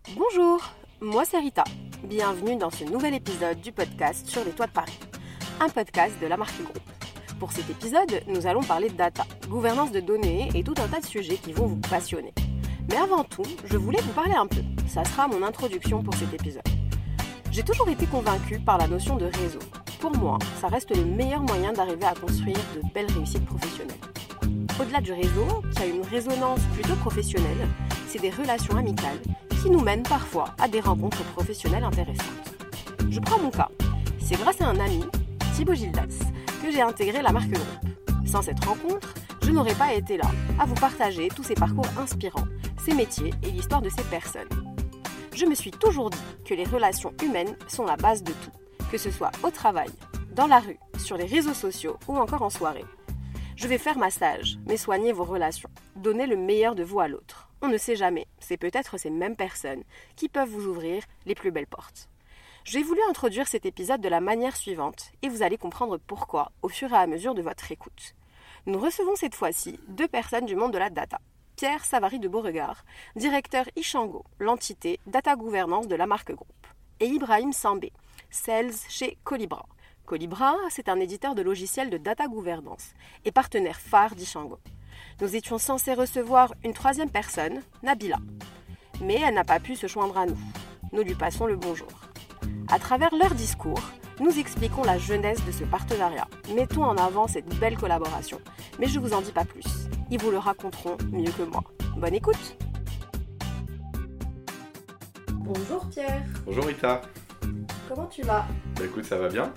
Bonjour, moi c'est Rita. Bienvenue dans ce nouvel épisode du podcast sur les toits de Paris. Un podcast de la marque Groupe. Pour cet épisode, nous allons parler de data, gouvernance de données et tout un tas de sujets qui vont vous passionner. Mais avant tout, je voulais vous parler un peu. Ça sera mon introduction pour cet épisode. J'ai toujours été convaincue par la notion de réseau. Pour moi, ça reste le meilleur moyen d'arriver à construire de belles réussites professionnelles. Au-delà du réseau, qui a une résonance plutôt professionnelle, c'est des relations amicales qui nous mènent parfois à des rencontres professionnelles intéressantes. Je prends mon cas. C'est grâce à un ami, Thibaut Gildas, que j'ai intégré la marque Groupe. Sans cette rencontre, je n'aurais pas été là à vous partager tous ces parcours inspirants, ces métiers et l'histoire de ces personnes. Je me suis toujours dit que les relations humaines sont la base de tout, que ce soit au travail, dans la rue, sur les réseaux sociaux ou encore en soirée. Je vais faire ma sage, mais soigner vos relations, donner le meilleur de vous à l'autre. On ne sait jamais, c'est peut-être ces mêmes personnes qui peuvent vous ouvrir les plus belles portes. J'ai voulu introduire cet épisode de la manière suivante, et vous allez comprendre pourquoi au fur et à mesure de votre écoute. Nous recevons cette fois-ci deux personnes du monde de la data. Pierre Savary de Beauregard, directeur Ishango, l'entité data gouvernance de la marque Groupe, et Ibrahim Sambé, sales chez Colibra. Colibra, c'est un éditeur de logiciels de data gouvernance et partenaire phare d'Ishango. Nous étions censés recevoir une troisième personne, Nabila. Mais elle n'a pas pu se joindre à nous. Nous lui passons le bonjour. À travers leur discours, nous expliquons la jeunesse de ce partenariat. Mettons en avant cette belle collaboration. Mais je ne vous en dis pas plus. Ils vous le raconteront mieux que moi. Bonne écoute! Bonjour Pierre. Bonjour Rita. Comment tu vas? Bah écoute, ça va bien.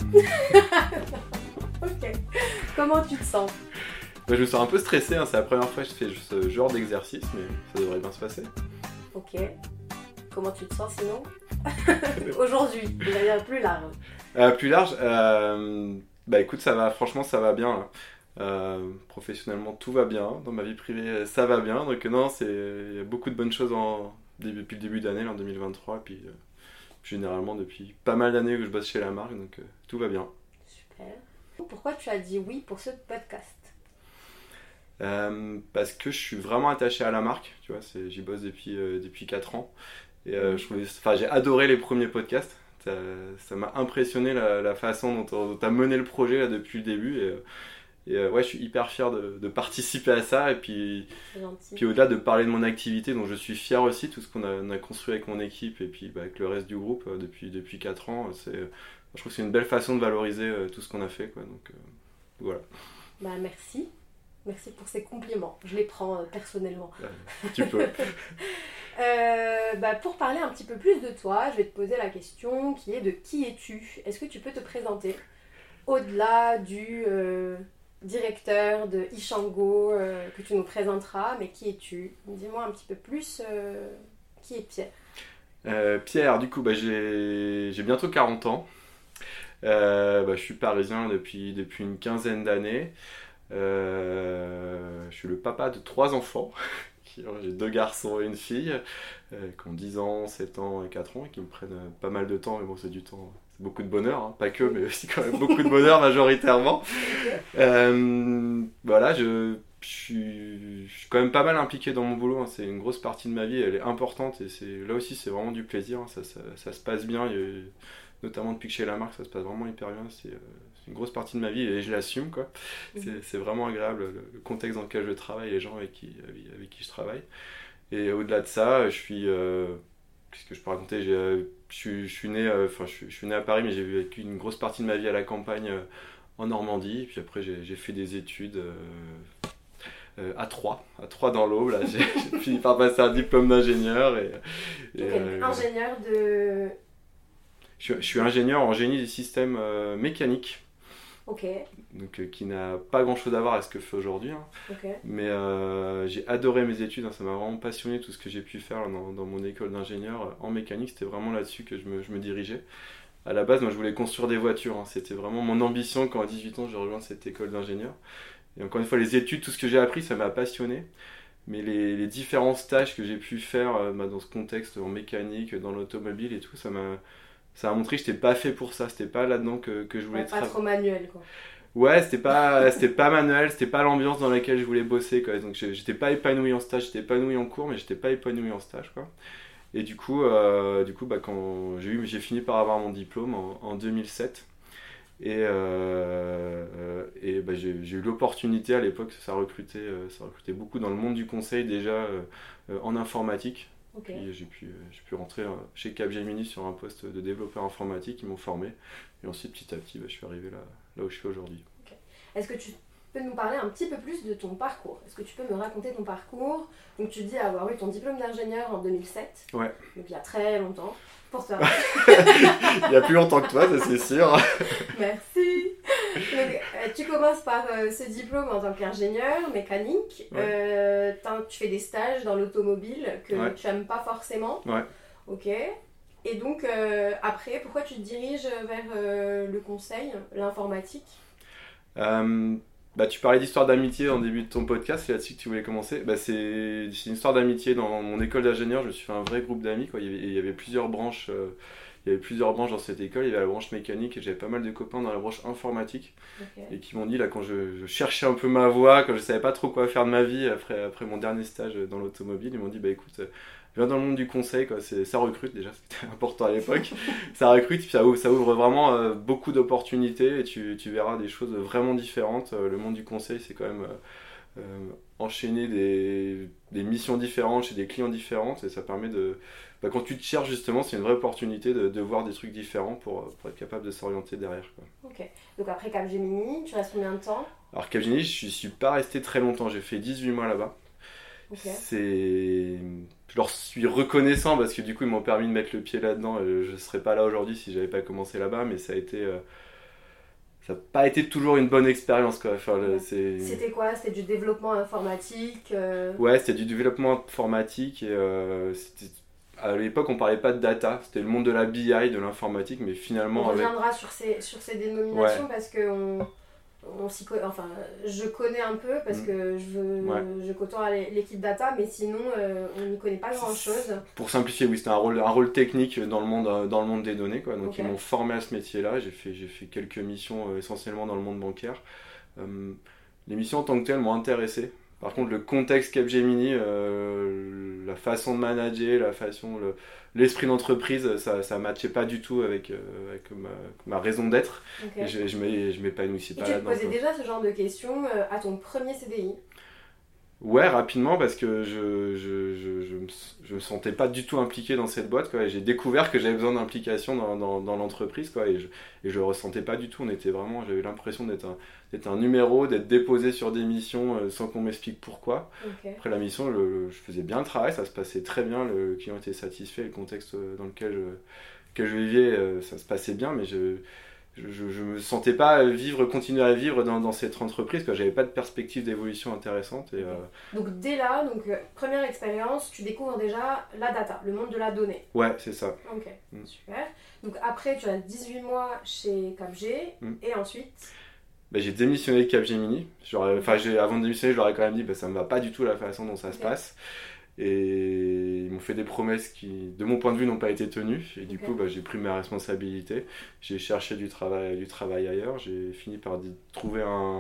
Ok. Comment tu te sens? Bah, je me sens un peu stressé, hein. C'est la première fois que je fais ce genre d'exercice, mais ça devrait bien se passer. Ok. Comment tu te sens sinon? Aujourd'hui, de manière plus large. Plus large, bah écoute, ça va, franchement ça va bien là. Professionnellement tout va bien, dans ma vie privée ça va bien, donc non, il y a beaucoup de bonnes choses depuis le début d'année, là, en 2023, et puis généralement depuis pas mal d'années que je bosse chez la marque, donc tout va bien. Super. Pourquoi tu as dit oui pour ce podcast? Parce que je suis vraiment attaché à la marque, tu vois, j'y bosse depuis 4 ans, et j'ai adoré les premiers podcasts. Ça m'a impressionné la façon dont tu as mené le projet là, depuis le début, et ouais, je suis hyper fier de participer à ça, et puis au-delà de parler de mon activité, dont je suis fier aussi, tout ce qu'on a construit avec mon équipe et puis avec le reste du groupe depuis 4 ans, je trouve que c'est une belle façon de valoriser tout ce qu'on a fait, quoi, donc voilà. Bah merci. Merci pour ces compliments, je les prends personnellement. Tu peux. Pour parler un petit peu plus de toi, je vais te poser la question qui est de qui es-tu? Est-ce que tu peux te présenter au-delà du directeur de Ishango que tu nous présenteras, mais qui es-tu? Dis-moi un petit peu plus qui est Pierre. Pierre, du coup, j'ai bientôt 40 ans. Je suis parisien depuis une quinzaine d'années. Je suis le papa de 3 enfants. J'ai 2 garçons et une fille qui ont 10 ans, 7 ans et 4 ans et qui me prennent pas mal de temps, mais bon, c'est du temps, c'est beaucoup de bonheur, hein. Pas que, mais aussi quand même beaucoup de bonheur majoritairement. Voilà, je suis quand même pas mal impliqué dans mon boulot, hein. C'est une grosse partie de ma vie, elle est importante, et là aussi c'est vraiment du plaisir, hein. Ça se passe bien, notamment depuis que je suis chez la marque, ça se passe vraiment hyper bien. C'est une grosse partie de ma vie et je l'assume, quoi. C'est vraiment agréable le contexte dans lequel je travaille, les gens avec qui je travaille. Et au-delà de ça, qu'est-ce que je peux raconter? Je suis né à Paris, mais j'ai vécu une grosse partie de ma vie à la campagne en Normandie. Et puis après, j'ai fait des études à Troyes dans l'Aube. Là, j'ai fini par passer un diplôme d'ingénieur. Ingénieur de... Je suis ingénieur en génie des systèmes mécaniques. Ok. Donc, qui n'a pas grand chose à voir avec ce que je fais aujourd'hui, hein. Okay. Mais j'ai adoré mes études, hein. Ça m'a vraiment passionné tout ce que j'ai pu faire dans mon école d'ingénieur en mécanique. C'était vraiment là-dessus que je me dirigeais. À la base, moi je voulais construire des voitures, hein. C'était vraiment mon ambition quand à 18 ans j'ai rejoint cette école d'ingénieur. Et encore une fois, les études, tout ce que j'ai appris, ça m'a passionné. Mais les différents stages que j'ai pu faire dans ce contexte en mécanique, dans l'automobile et tout, ça a montré que j'étais pas fait pour ça, c'était pas là-dedans que je voulais travailler. Pas trop manuel, quoi. Ouais, c'était pas manuel, c'était pas l'ambiance dans laquelle je voulais bosser, quoi. Donc j'étais pas épanoui en stage, j'étais épanoui en cours, mais j'étais pas épanoui en stage, quoi. Et du coup, quand j'ai fini par avoir mon diplôme en 2007. Et j'ai eu l'opportunité à l'époque, ça recrutait beaucoup dans le monde du conseil déjà en informatique. Okay. Puis j'ai pu rentrer chez Capgemini sur un poste de développeur informatique, ils m'ont formé. Et ensuite, petit à petit, je suis arrivé là où je suis aujourd'hui. Okay. Est-ce que tu peux nous parler un petit peu plus de ton parcours? Est-ce que tu peux me raconter ton parcours? Donc tu dis avoir eu ton diplôme d'ingénieur en 2007. Ouais. Donc il y a très longtemps. Pour toi. Il y a plus longtemps que toi, ça c'est sûr. Merci. Donc, tu commences par ce diplôme en tant qu'ingénieur mécanique. Ouais. Tu fais des stages dans l'automobile que ouais. tu n'aimes pas forcément. Ouais. Ok. Et donc après, pourquoi tu te diriges vers le conseil, l'informatique? Tu parlais d'histoire d'amitié en début de ton podcast, c'est là-dessus que tu voulais commencer. C'est une histoire d'amitié. Dans mon école d'ingénieur, je me suis fait un vrai groupe d'amis, quoi. Il y avait plusieurs branches. Il y avait plusieurs branches dans cette école. Il y avait la branche mécanique et j'avais pas mal de copains dans la branche informatique. Okay. Et qui m'ont dit, là, quand je cherchais un peu ma voie, quand je savais pas trop quoi faire de ma vie après mon dernier stage dans l'automobile, ils m'ont dit, écoute, viens dans le monde du conseil, quoi. Ça recrute déjà, c'était important à l'époque. Ça recrute, puis ça ouvre vraiment beaucoup d'opportunités et tu verras des choses vraiment différentes. Le monde du conseil, c'est quand même enchaîner des missions différentes chez des clients différents et ça permet de... quand tu te cherches justement, c'est une vraie opportunité de voir des trucs différents pour être capable de s'orienter derrière, quoi. Ok, donc après Capgemini, tu restes combien de temps? Alors Capgemini, je suis pas resté très longtemps, j'ai fait 18 mois là-bas. Okay. Je leur suis reconnaissant parce que du coup ils m'ont permis de mettre le pied là-dedans. Je serais pas là aujourd'hui si j'avais pas commencé là-bas, mais ça n'a pas été toujours une bonne expérience, quoi. Enfin, C'était quoi? C'était du développement informatique Ouais, c'était du développement informatique et à l'époque on parlait pas de data, c'était le monde de la BI, de l'informatique, mais finalement... On reviendra sur ces dénominations, ouais. Parce que je connais un peu parce que je côtoie l'équipe data, mais sinon on n'y connaît pas grand chose. Pour simplifier, oui, c'était un rôle technique dans le monde des données, quoi. Donc okay. Ils m'ont formé à ce métier-là, j'ai fait quelques missions essentiellement dans le monde bancaire. Les missions en tant que telles m'ont intéressé. Par contre, le contexte Capgemini, la façon de manager, l'esprit d'entreprise, ça matchait pas du tout avec ma raison d'être. Okay. Et je m'épanouissais pas là-dedans. Et tu te posais déjà ce genre de questions à ton premier CDI? Ouais, rapidement, parce que je me sentais pas du tout impliqué dans cette boîte, quoi. Et j'ai découvert que j'avais besoin d'implication dans l'entreprise, quoi. Et je le ressentais pas du tout. J'avais l'impression d'être un numéro, d'être déposé sur des missions sans qu'on m'explique pourquoi. Okay. Après la mission, je faisais bien le travail, ça se passait très bien, le client était satisfait, le contexte dans lequel je vivais, ça se passait bien, mais je me sentais pas continuer à vivre dans cette entreprise, parce que j'avais pas de perspective d'évolution intéressante. Et, Donc dès là, première expérience, tu découvres déjà la data, le monde de la donnée. Ouais, c'est ça. Ok, super. Donc après, tu as 18 mois chez Capg, et ensuite... J'ai démissionné de Capgemini. Avant de démissionner, je leur ai quand même dit ça me va pas du tout la façon dont ça se passe. Et ils m'ont fait des promesses qui, de mon point de vue, n'ont pas été tenues. Et du coup, j'ai pris mes responsabilités. J'ai cherché du travail ailleurs. J'ai fini par trouver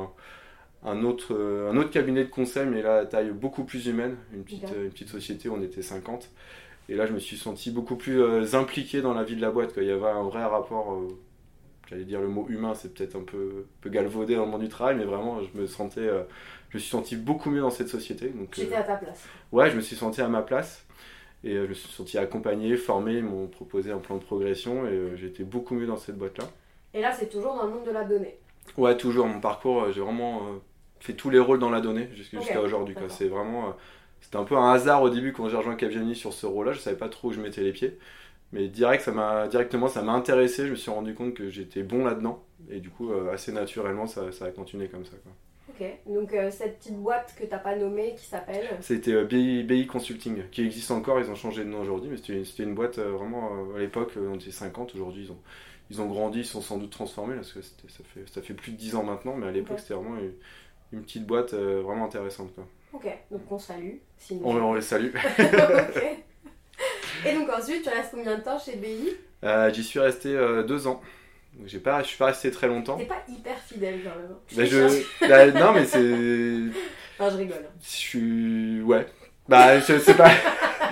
un autre cabinet de conseil, mais là, à taille beaucoup plus humaine. Une petite société où on était 50. Et là, je me suis senti beaucoup plus impliqué dans la vie de la boîte, quoi. Il y avait un vrai rapport... J'allais dire le mot humain, c'est peut-être un peu galvaudé dans le monde du travail, mais vraiment, je me suis senti beaucoup mieux dans cette société. J'étais à ta place. Ouais, je me suis senti à ma place. Et je me suis senti accompagné, formé, ils m'ont proposé un plan de progression et j'ai été beaucoup mieux dans cette boîte-là. Et là, c'est toujours dans le monde de la donnée? Ouais, toujours. Mon parcours, j'ai vraiment fait tous les rôles dans la donnée jusqu'à aujourd'hui, quoi. C'est vraiment... c'était un peu un hasard au début quand j'ai rejoint Capgemini sur ce rôle-là, je savais pas trop où je mettais les pieds. Mais directement, ça m'a intéressé, je me suis rendu compte que j'étais bon là-dedans. Et du coup, assez naturellement, ça a continué comme ça, quoi. Ok, donc cette petite boîte que tu n'as pas nommée, qui s'appelle... C'était BI Consulting, qui existe encore, ils ont changé de nom aujourd'hui, mais c'était une boîte vraiment, à l'époque, on était 50, aujourd'hui ils ont grandi, ils sont sans doute transformés, parce que ça fait plus de 10 ans maintenant, mais à l'époque c'était vraiment une petite boîte vraiment intéressante, quoi. Ok, donc on salue. On les salue. Ok. Et donc ensuite, tu restes combien de temps chez BI? J'y suis resté 2 ans. Donc je suis pas resté très longtemps. T'es pas hyper fidèle quand même. Non mais c'est... Non, je rigole. Je suis... Ouais. Je sais pas...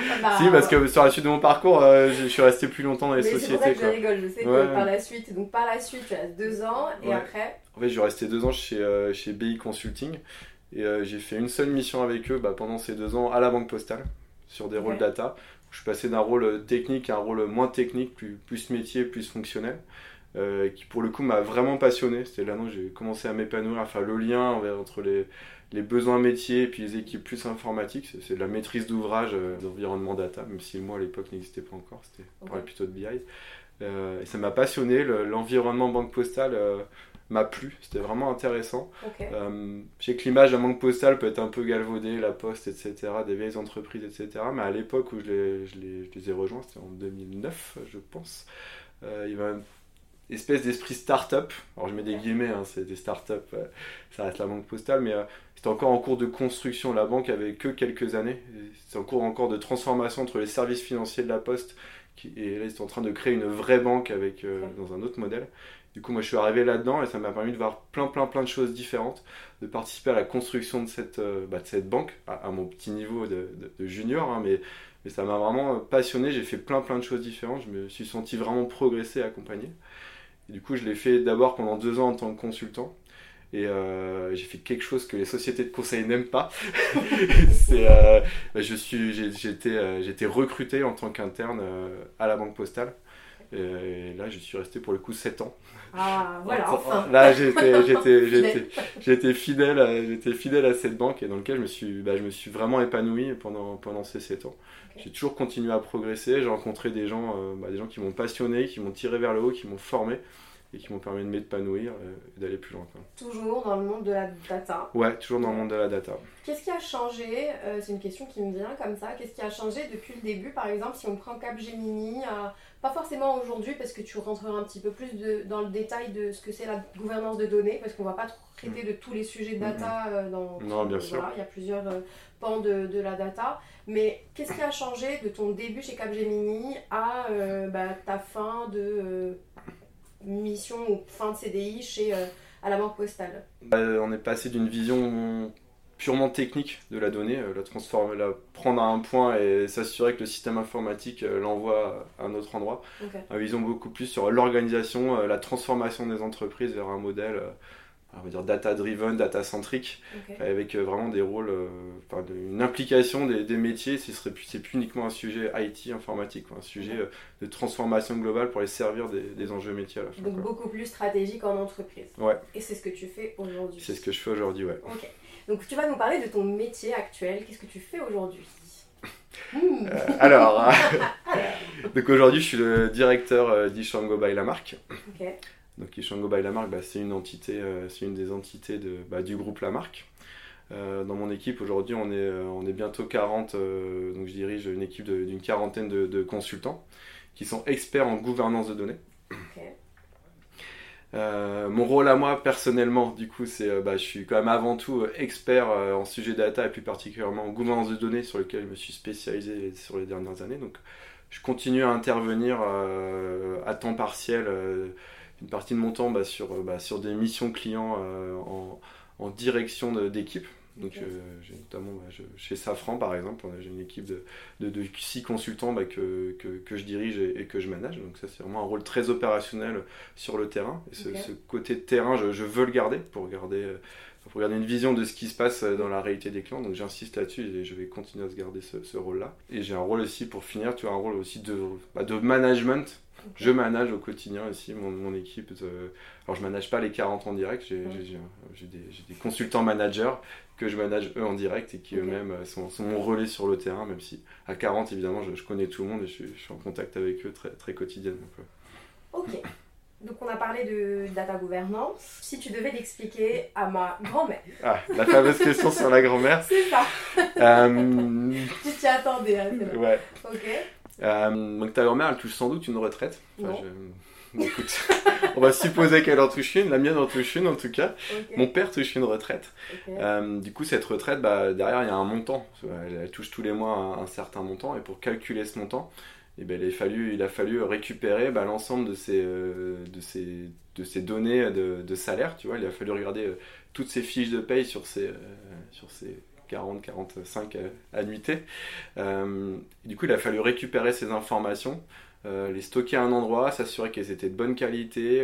Si, parce que sur la suite de mon parcours, je suis resté plus longtemps dans les sociétés. C'est pour ça que je rigole, je sais que par la suite, tu as 2 ans, et après... En fait, j'ai resté 2 ans chez BI Consulting, et j'ai fait une seule mission avec eux pendant ces 2 ans à la Banque Postale, sur des rôles data. Je suis passé d'un rôle technique à un rôle moins technique, plus métier, plus fonctionnel, qui pour le coup m'a vraiment passionné. C'était là où j'ai commencé à m'épanouir, à faire le lien entre les besoins métiers et puis les équipes plus informatiques. C'est de la maîtrise d'ouvrage d'environnement data, même si le mot à l'époque n'existait pas encore, on parlait plutôt de BI. Et ça m'a passionné, l'environnement Banque Postale m'a plu, c'était vraiment intéressant. Je sais que l'image de la Banque Postale peut être un peu galvaudée, la Poste, etc., des vieilles entreprises, etc. Mais à l'époque où je les ai rejoints, c'était en 2009, je pense, il y avait une espèce d'esprit start-up. Alors je mets des guillemets, c'est des start-up, ça reste la Banque Postale, mais c'était encore en cours de construction. La banque avait que quelques années. C'est en cours encore de transformation entre les services financiers de la Poste, et là ils sont en train de créer une vraie banque dans un autre modèle. Du coup, moi, je suis arrivé là-dedans et ça m'a permis de voir plein de choses différentes, de participer à la construction de cette banque, à mon petit niveau de junior, mais ça m'a vraiment passionné. J'ai fait plein de choses différentes. Je me suis senti vraiment progresser, accompagné. Et du coup, je l'ai fait d'abord pendant 2 ans en tant que consultant. Et j'ai fait quelque chose que les sociétés de conseil n'aiment pas. J'ai été recruté en tant qu'interne à la Banque Postale. Et là, je suis resté pour le coup 7 ans. Ah, voilà, enfin. Là, j'étais fidèle à cette banque et dans laquelle je me suis vraiment épanoui pendant ces 7 ans. J'ai toujours continué à progresser. J'ai rencontré des gens qui m'ont passionné, qui m'ont tiré vers le haut, qui m'ont formé et qui m'ont permis de m'épanouir et d'aller plus loin. Toujours dans le monde de la data. Ouais, toujours dans le monde de la data. Qu'est-ce qui a changé c'est une question qui me vient comme ça. Qu'est-ce qui a changé depuis le début? Par exemple, si on prend Capgemini, pas forcément aujourd'hui parce que tu rentreras un petit peu plus dans le détail de ce que c'est la gouvernance de données, parce qu'on ne va pas traiter de tous les sujets de data. Non, bien sûr. Il y a plusieurs pans de la data. Mais qu'est-ce qui a changé de ton début chez Capgemini à ta fin de... mission ou fin de CDI à la Banque Postale? On est passé d'une vision purement technique de la donnée, la prendre à un point et s'assurer que le système informatique l'envoie à un autre endroit. Une vision beaucoup plus sur l'organisation, la transformation des entreprises vers un modèle on va dire data-driven, data-centric, avec vraiment des rôles, une implication des métiers. C'est plus uniquement un sujet IT, informatique, un sujet de transformation globale pour les servir des enjeux métiers à la fin. Donc beaucoup plus stratégique en entreprise. Ouais. Et c'est ce que tu fais aujourd'hui. C'est ce que je fais aujourd'hui, ouais. Ok. Donc tu vas nous parler de ton métier actuel. Qu'est-ce que tu fais aujourd'hui? Donc aujourd'hui je suis le directeur d'Ishango by la marque. Donc Ishango by la marque, c'est une des entités du groupe La Marque. Dans mon équipe aujourd'hui on est bientôt 40, donc je dirige une équipe d'une quarantaine de consultants qui sont experts en gouvernance de données. Mon rôle à moi personnellement du coup c'est je suis quand même avant tout expert en sujet data et plus particulièrement en gouvernance de données sur lequel je me suis spécialisé sur les dernières années. Donc je continue à intervenir à temps partiel une partie de mon temps sur des missions clients en direction d'équipe. Donc j'ai notamment chez Safran par exemple, j'ai une équipe de 6 consultants que je dirige et que je manage. Donc ça c'est vraiment un rôle très opérationnel sur le terrain. Et ce côté de terrain, je veux le garder pour garder une vision de ce qui se passe dans la réalité des clients. Donc j'insiste là-dessus et je vais continuer à se garder ce rôle-là. Et j'ai un rôle aussi, pour finir, un rôle aussi de management. Je manage au quotidien aussi mon équipe. Alors je manage pas les 40 en direct, j'ai des consultants managers que je manage eux en direct et qui eux-mêmes sont mon relais sur le terrain, même si à 40 évidemment je connais tout le monde et je suis en contact avec eux très, très quotidiennement. Ok, donc on a parlé de data gouvernance. Si tu devais l'expliquer à ma grand-mère. Ah, la fameuse question sur la grand-mère. C'est ça. Tu t'y attendais, hein, c'est vrai. Ouais. Ok. Donc ta grand-mère elle touche sans doute une retraite. Non. Écoute, on va supposer qu'elle en touche une, la mienne en touche une en tout cas. Mon père touche une retraite. Du coup cette retraite, derrière il y a un montant. Elle touche tous les mois un certain montant et pour calculer ce montant, il a fallu récupérer l'ensemble de ces données de salaire. Tu vois, il a fallu regarder toutes ces fiches de paye sur ces 40, 45 annuités. Du coup, il a fallu récupérer ces informations, les stocker à un endroit, s'assurer qu'elles étaient de bonne qualité,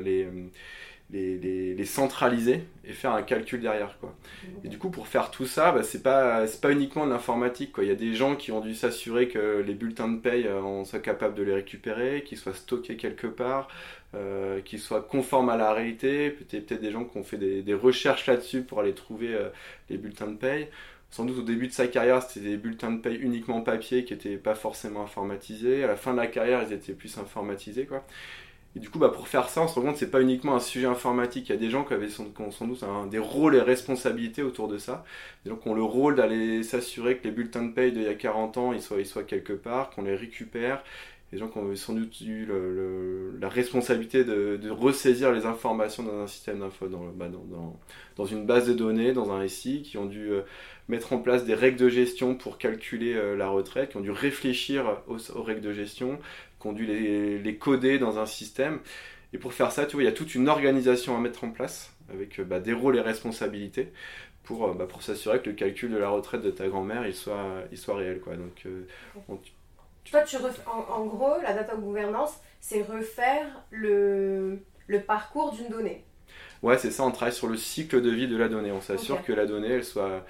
les centraliser et faire un calcul derrière, quoi. Et du coup, pour faire tout ça, c'est pas uniquement de l'informatique, quoi. Il y a des gens qui ont dû s'assurer que les bulletins de paye, on soit capable de les récupérer, qu'ils soient stockés quelque part, qu'ils soient conformes à la réalité. Peut-être des gens qui ont fait des recherches là-dessus pour aller trouver les bulletins de paye. Sans doute au début de sa carrière, c'était des bulletins de paye uniquement papier qui n'étaient pas forcément informatisés. À la fin de la carrière, ils étaient plus informatisés, quoi. Et du coup, pour faire ça, on se rend compte que c'est pas uniquement un sujet informatique. Il y a des gens qui avaient sans doute des rôles et responsabilités autour de ça. Des gens qui ont le rôle d'aller s'assurer que les bulletins de paye d'il y a 40 ans, ils soient quelque part, qu'on les récupère. Des gens qui ont sans doute eu la responsabilité de ressaisir les informations dans un système d'info, dans une base de données, dans un SI, qui ont dû mettre en place des règles de gestion pour calculer la retraite, qui ont dû réfléchir aux règles de gestion, qui ont dû les coder dans un système. Et pour faire ça, tu vois, il y a toute une organisation à mettre en place, avec des rôles et responsabilités, pour s'assurer que le calcul de la retraite de ta grand-mère, il soit réel, quoi. Donc, toi, en gros, la data gouvernance, c'est refaire le parcours d'une donnée. Ouais, c'est ça, on travaille sur le cycle de vie de la donnée. On s'assure que la donnée, elle soit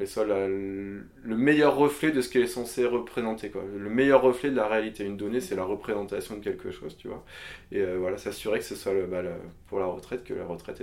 le meilleur reflet de ce qu'elle est censée représenter, quoi. Le meilleur reflet de la réalité. Une donnée, c'est la représentation de quelque chose, tu vois. Et voilà, s'assurer que ce soit pour la retraite, que la retraite,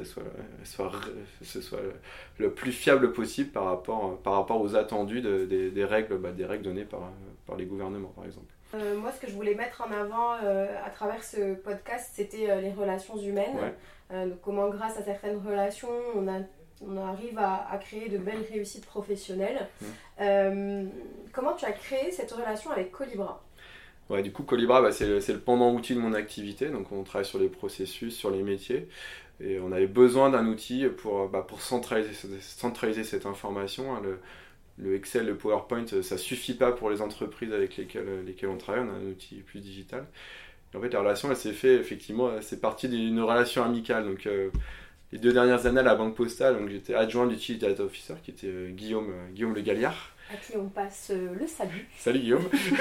ce soit le plus fiable possible par rapport aux attendus des règles données par les gouvernements, par exemple. Moi, ce que je voulais mettre en avant à travers ce podcast, c'était les relations humaines. Ouais. Donc comment, grâce à certaines relations, on arrive à créer de belles réussites professionnelles. Comment tu as créé cette relation avec Colibra ? Ouais, du coup, Colibra, c'est le pendant outil de mon activité. Donc, on travaille sur les processus, sur les métiers. Et on avait besoin d'un outil pour centraliser cette information. Hein. Le Excel, le PowerPoint, ça suffit pas pour les entreprises avec lesquelles on travaille. On a un outil plus digital. Et en fait, la relation, elle s'est faite, effectivement, c'est parti d'une relation amicale. Donc, les 2 dernières années à la Banque Postale, donc j'étais adjoint du Chief Data Officer, qui était Guillaume Le Galliard. À qui on passe le salut. Salut Guillaume.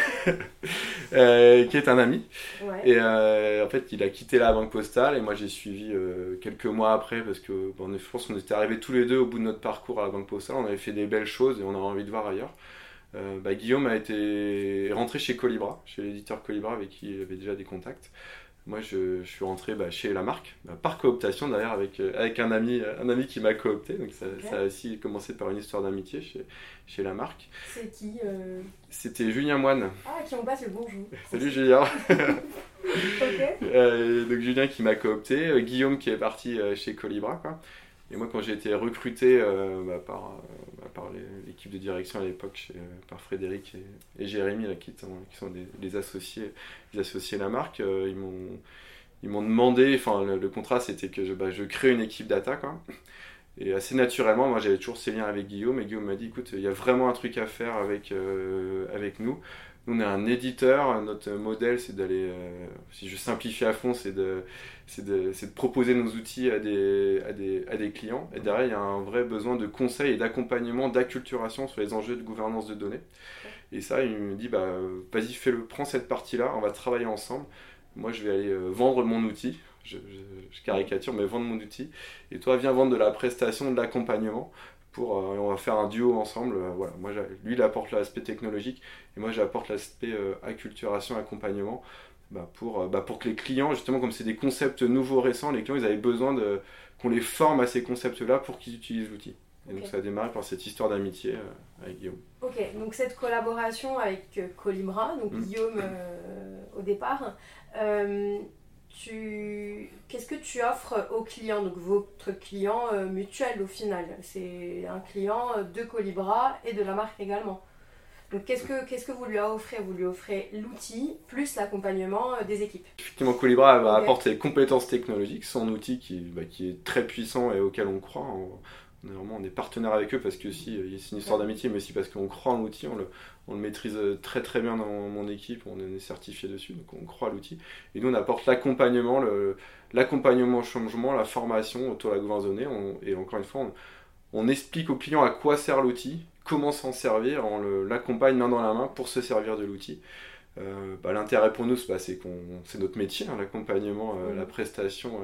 Qui est un ami. Ouais. Et en fait, il a quitté la Banque Postale et moi j'ai suivi quelques mois après parce que je pense qu'on était arrivés tous les deux au bout de notre parcours à la Banque Postale. On avait fait des belles choses et on avait envie de voir ailleurs. Guillaume est rentré chez Colibra, chez l'éditeur Colibra avec qui il avait déjà des contacts. Moi, je suis rentré chez la marque, par cooptation d'ailleurs, avec un ami qui m'a coopté. Donc ça a aussi commencé par une histoire d'amitié chez la marque. C'est qui C'était Julien Moine. Ah, qui on passe le bonjour. Salut Julien. Ok. Donc Julien qui m'a coopté, Guillaume qui est parti chez Colibra, quoi. Et moi, quand j'ai été recruté par l'équipe de direction à l'époque, par Frédéric et Jérémy, là, qui sont les associés de la marque, ils m'ont demandé, le contrat c'était que je crée une équipe data, quoi. Et assez naturellement, moi j'avais toujours ces liens avec Guillaume, et Guillaume m'a dit, écoute, il y a vraiment un truc à faire avec nous. Nous, on est un éditeur, notre modèle c'est d'aller, si je simplifie à fond, c'est de proposer nos outils à des clients. Et derrière, il y a un vrai besoin de conseil et d'accompagnement, d'acculturation sur les enjeux de gouvernance de données. Et ça, il me dit, vas-y, prends cette partie-là, on va travailler ensemble. Moi, je vais aller vendre mon outil. Je caricature, mais vendre mon outil. Et toi, viens vendre de la prestation, de l'accompagnement. On va faire un duo ensemble. Voilà. Moi, lui, il apporte l'aspect technologique et moi, j'apporte l'aspect acculturation, accompagnement, pour que les clients, justement, comme c'est des concepts nouveaux, récents, les clients, ils avaient besoin qu'on les forme à ces concepts-là pour qu'ils utilisent l'outil. Et donc, ça a démarré par cette histoire d'amitié avec Guillaume. Ok, donc cette collaboration avec Colibra, donc Guillaume au départ, qu'est-ce que tu offres aux clients, donc votre client mutuel au final? C'est un client de Colibra et de la marque également. Donc qu'est-ce que vous lui offrez? Vous lui offrez l'outil plus l'accompagnement des équipes. Effectivement, Colibra apporte ses compétences technologiques, son outil qui est très puissant et auquel on croit. On est partenaire avec eux parce que c'est une histoire d'amitié, mais aussi parce qu'on croit en l'outil, on le maîtrise très très bien dans mon équipe, on est certifié dessus, donc on croit à l'outil. Et nous on apporte l'accompagnement au changement, la formation autour de la gouvernance donnée, et encore une fois, on explique au client à quoi sert l'outil, comment s'en servir, on l'accompagne main dans la main pour se servir de l'outil. L'intérêt pour nous, c'est notre métier, hein, l'accompagnement, la prestation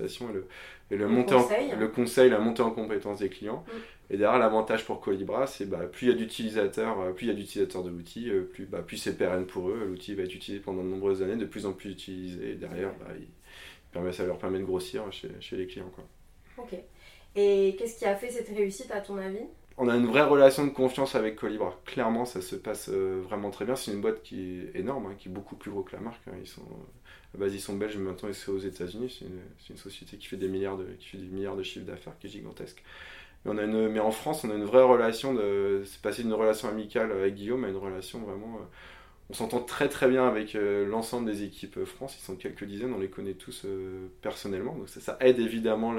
le conseil, la montée en compétence des clients. Et derrière, l'avantage pour Colibra, c'est plus il y a d'utilisateurs, de l'outil, plus c'est pérenne pour eux. L'outil va être utilisé pendant de nombreuses années, de plus en plus utilisé. Et derrière, ça leur permet de grossir chez les clients, quoi. Ok. Et qu'est-ce qui a fait cette réussite à ton avis ? On a une vraie relation de confiance avec Colibra. Clairement, ça se passe vraiment très bien. C'est une boîte qui est énorme, hein, qui est beaucoup plus gros que la marque. Hein. À la base, ils sont belges, mais maintenant ils sont aux États-Unis. C'est une société qui fait des milliards de chiffres d'affaires, qui est gigantesque. Mais en France, on a une vraie relation. C'est passé d'une relation amicale avec Guillaume à une relation vraiment. On s'entend très très bien avec l'ensemble des équipes France. Ils sont quelques dizaines, on les connaît tous personnellement. Donc ça aide évidemment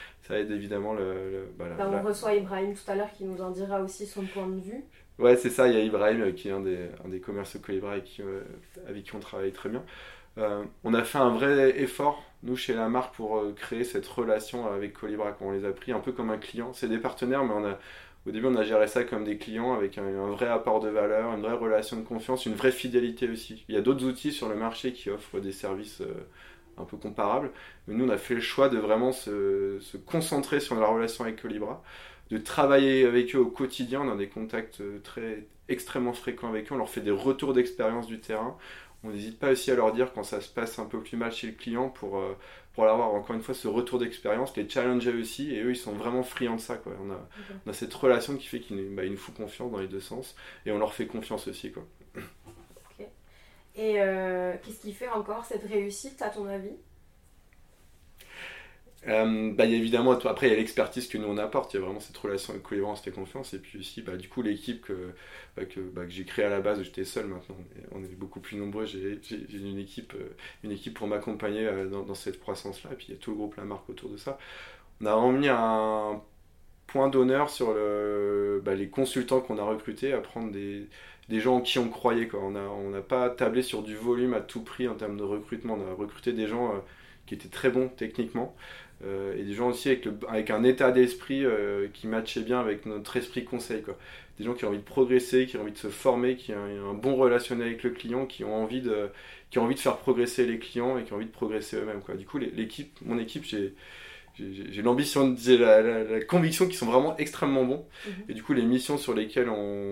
on reçoit Ibrahim tout à l'heure qui nous en dira aussi son point de vue. Ouais, c'est ça, il y a Ibrahim qui est un des commerciaux Colibra avec qui on travaille très bien. On a fait un vrai effort, nous, chez la marque, pour créer cette relation avec Colibra, quand on les a pris un peu comme un client. C'est des partenaires, mais au début, on a géré ça comme des clients avec un vrai apport de valeur, une vraie relation de confiance, une vraie fidélité aussi. Il y a d'autres outils sur le marché qui offrent des services un peu comparables, mais nous, on a fait le choix de vraiment se concentrer sur la relation avec Colibra, de travailler avec eux au quotidien. On a des contacts extrêmement fréquents avec eux, on leur fait des retours d'expérience du terrain. On n'hésite pas aussi à leur dire quand ça se passe un peu plus mal chez le client pour avoir encore une fois ce retour d'expérience, les challenger aussi, et eux ils sont vraiment friands de ça, quoi. On a cette relation qui fait qu'ils nous font confiance dans les deux sens, et on leur fait confiance aussi, quoi. Okay. Et qu'est-ce qui fait encore cette réussite à ton avis ? Il y a évidemment, après il y a l'expertise que nous on apporte, il y a vraiment cette relation avec Colibra, on se fait confiance, et puis aussi du coup l'équipe que j'ai créée à la base, j'étais seul, maintenant on est beaucoup plus nombreux, j'ai une équipe pour m'accompagner dans cette croissance là, et puis il y a tout le groupe La Marque autour de ça. On a vraiment mis un point d'honneur sur les consultants qu'on a recrutés, à prendre des gens en qui on croyait, quoi. On n'a pas tablé sur du volume à tout prix en termes de recrutement, on a recruté des gens qui étaient très bons techniquement, et des gens aussi avec un état d'esprit qui matchait bien avec notre esprit conseil, quoi. Des gens qui ont envie de progresser, qui ont envie de se former, qui ont un bon relationnel avec le client, qui ont envie de faire progresser les clients et qui ont envie de progresser eux-mêmes, quoi. Du coup, mon équipe, j'ai l'ambition, j'ai la conviction qu'ils sont vraiment extrêmement bons. Et du coup, les missions sur lesquelles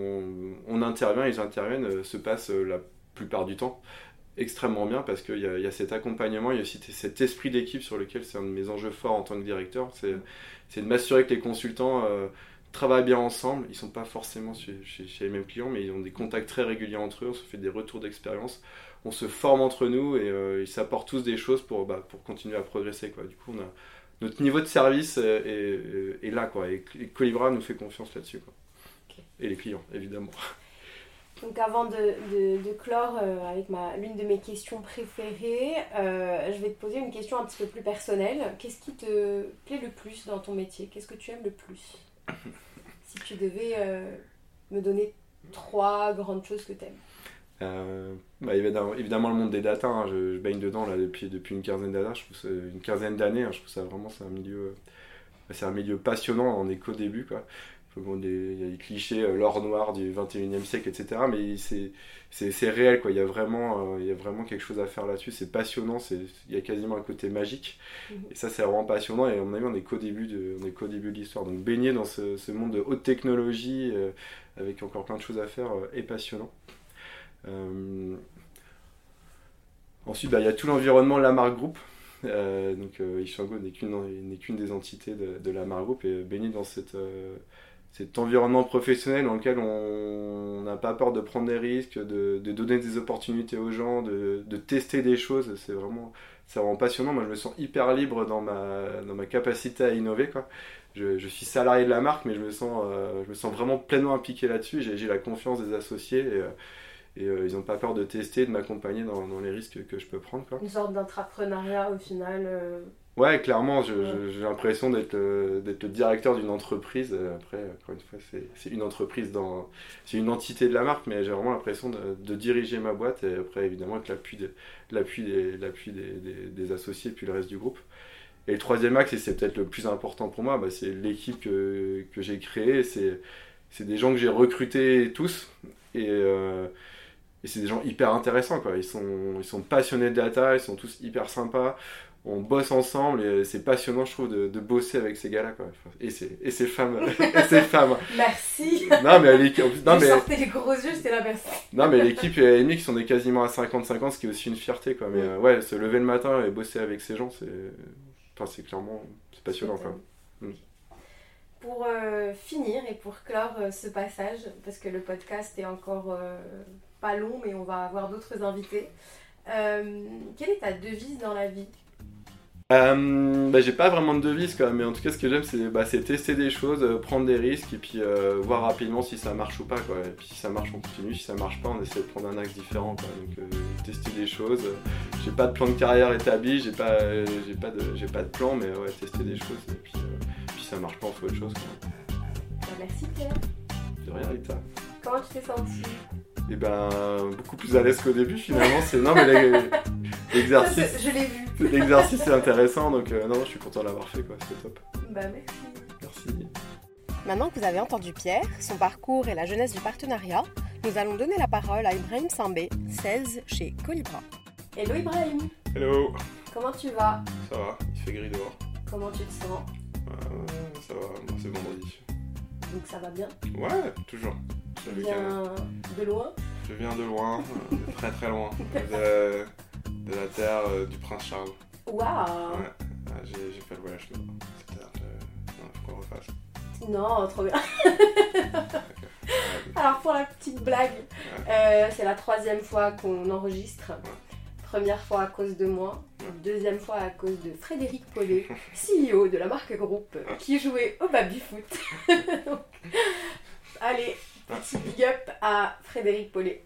on intervient, ils interviennent, se passent la plupart du temps extrêmement bien, parce qu'il y a cet accompagnement, il y a aussi cet esprit d'équipe sur lequel c'est un de mes enjeux forts en tant que directeur, c'est de m'assurer que les consultants travaillent bien ensemble. Ils ne sont pas forcément chez les mêmes clients, mais ils ont des contacts très réguliers entre eux, on se fait des retours d'expérience, on se forme entre nous, et ils s'apportent tous des choses pour continuer à progresser, quoi. Du coup, notre niveau de service est là, quoi, et Colibra nous fait confiance là-dessus, quoi. Okay. Et les clients, évidemment. Donc avant de clore avec l'une de mes questions préférées, je vais te poser une question un petit peu plus personnelle. Qu'est-ce qui te plaît le plus dans ton métier ? Qu'est-ce que tu aimes le plus ? Si tu devais me donner 3 grandes choses que tu aimes. Évidemment le monde des data, hein, je baigne dedans là, depuis une quinzaine d'années, hein, je trouve ça vraiment, c'est un milieu passionnant, on est qu'au début, quoi. Il y a les clichés, l'or noir du 21e siècle, etc. Mais c'est réel, quoi. Il y a vraiment quelque chose à faire là-dessus. C'est passionnant, il y a quasiment un côté magique. Et ça, c'est vraiment passionnant. Et à mon avis, on est qu'au début de l'histoire. Donc baigner dans ce monde de haute technologie, avec encore plein de choses à faire, est passionnant. Ensuite, il y a tout l'environnement de La Marque Group. Ishango n'est qu'une des entités de La Marque Group, et baigner dans cet environnement professionnel dans lequel on n'a pas peur de prendre des risques, de donner des opportunités aux gens, de tester des choses, c'est vraiment passionnant. Moi, je me sens hyper libre dans ma capacité à innover, quoi. Je suis salarié de la marque, mais je me sens vraiment pleinement impliqué là-dessus. J'ai la confiance des associés, et ils n'ont pas peur de tester, de m'accompagner dans les risques que je peux prendre, quoi. Une sorte d'entrepreneuriat au final. Ouais, clairement, j'ai l'impression d'être le directeur d'une entreprise. Après, encore une fois, c'est une entreprise, c'est une entité de la marque, mais j'ai vraiment l'impression de diriger ma boîte, et après, évidemment, avec l'appui des associés et puis le reste du groupe. Et le troisième axe, et c'est peut-être le plus important pour moi, c'est l'équipe que j'ai créée. C'est des gens que j'ai recrutés tous. Et c'est des gens hyper intéressants, quoi. Ils sont passionnés de data, ils sont tous hyper sympas. On bosse ensemble et c'est passionnant, je trouve, de bosser avec ces gars-là, quoi. Et ces femmes. Et ces femmes. Merci. Non, mais l'équipe. Je sortais les gros yeux, j'étais la personne. Non, mais l'équipe et Amy qui sont quasiment à 50-50, ce qui est aussi une fierté, quoi. Mais ouais, se lever le matin et bosser avec ces gens, c'est clairement. C'est passionnant, quoi. Pour finir et pour clore ce passage, parce que le podcast est encore pas long, mais on va avoir d'autres invités. Quelle est ta devise dans la vie ? J'ai pas vraiment de devise, quoi, mais en tout cas, ce que j'aime, c'est tester des choses, prendre des risques et puis voir rapidement si ça marche ou pas, quoi. Et puis si ça marche, on continue. Si ça marche pas, on essaie de prendre un axe différent, quoi. Donc tester des choses. J'ai pas de plan de carrière établi, j'ai pas de plan, mais ouais, tester des choses et puis ça marche pas, on fait autre chose, quoi. Merci Pierre. De rien, Rita. Comment tu t'es sentie ? Et beaucoup plus à l'aise qu'au début, finalement. Non, mais l'exercice. Je l'ai vu. L'exercice est intéressant, donc non, je suis content de l'avoir fait, quoi. C'est top. Merci. Merci. Maintenant que vous avez entendu Pierre, son parcours et la jeunesse du partenariat, nous allons donner la parole à Ibrahim Sambé, 16 chez Colibra. Hello Ibrahim. Hello. Comment tu vas ? Ça va, il fait gris dehors. Comment tu te sens ? Ça va, c'est vendredi. Donc ça va bien ? Ouais, toujours. Tu viens de loin ? Je viens de loin, de très très loin, de la terre du Prince Charles. Waouh ! Ouais, j'ai fait le voyage là. Faut qu'on refasse. Non, trop bien. Alors pour la petite blague, c'est la 3e fois qu'on enregistre. Première fois à cause de moi, deuxième fois à cause de Frédéric Paulet, CEO de la marque Groupe, qui jouait au baby-foot. Donc, allez, petit big up à Frédéric Paulet.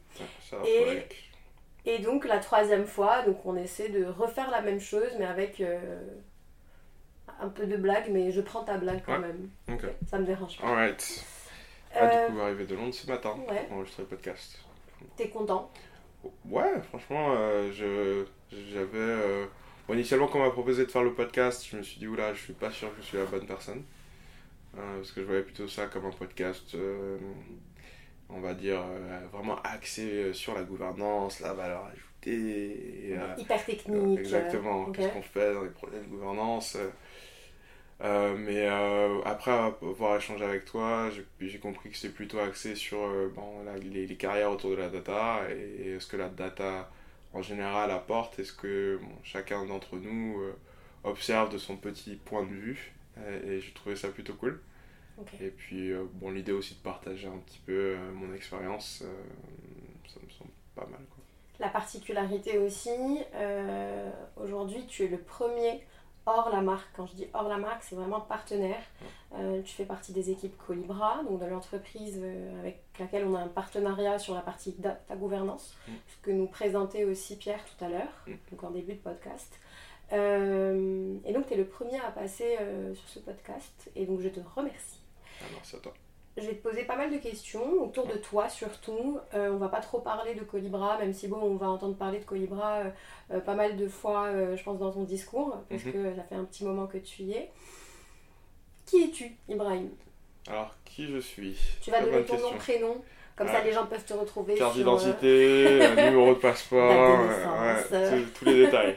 Et donc la 3e fois, donc on essaie de refaire la même chose, mais avec un peu de blague, mais je prends ta blague quand même. Ok. Ça me dérange pas. Alright. Du coup, arrivé de Londres ce matin pour enregistrer le podcast. T'es content ? Ouais, franchement, j'avais... initialement, quand on m'a proposé de faire le podcast, je me suis dit, oula, je suis pas sûr que je suis la bonne personne. Parce que je voyais plutôt ça comme un podcast, on va dire, vraiment axé sur la gouvernance, la valeur ajoutée. Hyper technique. Exactement, qu'est-ce qu'on fait dans les projets de gouvernance. Mais après avoir échangé avec toi, j'ai compris que c'était plutôt axé sur les carrières autour de la data et ce que la data en général apporte et ce que chacun d'entre nous observe de son petit point de vue. Et j'ai trouvé ça plutôt cool. Okay. Et puis l'idée aussi de partager un petit peu mon expérience, ça me semble pas mal, quoi. La particularité aussi, aujourd'hui tu es le premier hors la marque. Quand je dis hors la marque, c'est vraiment partenaire. Tu fais partie des équipes Colibra, donc de l'entreprise avec laquelle on a un partenariat sur la partie data gouvernance, ce que nous présentait aussi Pierre tout à l'heure, donc en début de podcast. Et donc tu es le premier à passer sur ce podcast, et donc je te remercie. Merci à toi. Je vais te poser pas mal de questions autour de toi surtout. On va pas trop parler de Colibra, même si on va entendre parler de Colibra pas mal de fois, je pense, dans ton discours, parce que ça fait un petit moment que tu y es. Qui es-tu, Ibrahim ? Alors, qui je suis ? Tu vas donner ton nom, prénom, comme ça les gens peuvent te retrouver. Carte d'identité, numéro de passeport, tous les détails.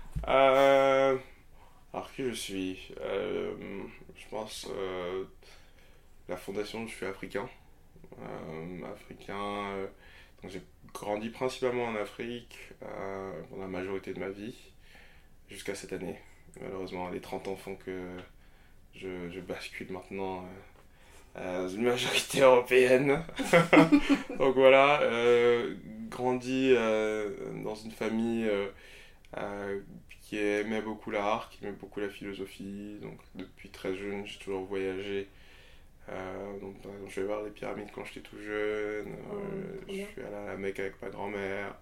Alors, qui je suis ? Je pense... la fondation, je suis africain. Donc j'ai grandi principalement en Afrique pour la majorité de ma vie, jusqu'à cette année. Malheureusement, les 30 ans font que je bascule maintenant dans une majorité européenne. Donc voilà, grandi dans une famille qui aimait beaucoup l'art, qui aimait beaucoup la philosophie. Donc depuis très jeune, j'ai toujours voyagé. Donc par exemple, je vais voir les pyramides quand j'étais tout jeune, je suis allé à la Mecque avec ma grand-mère,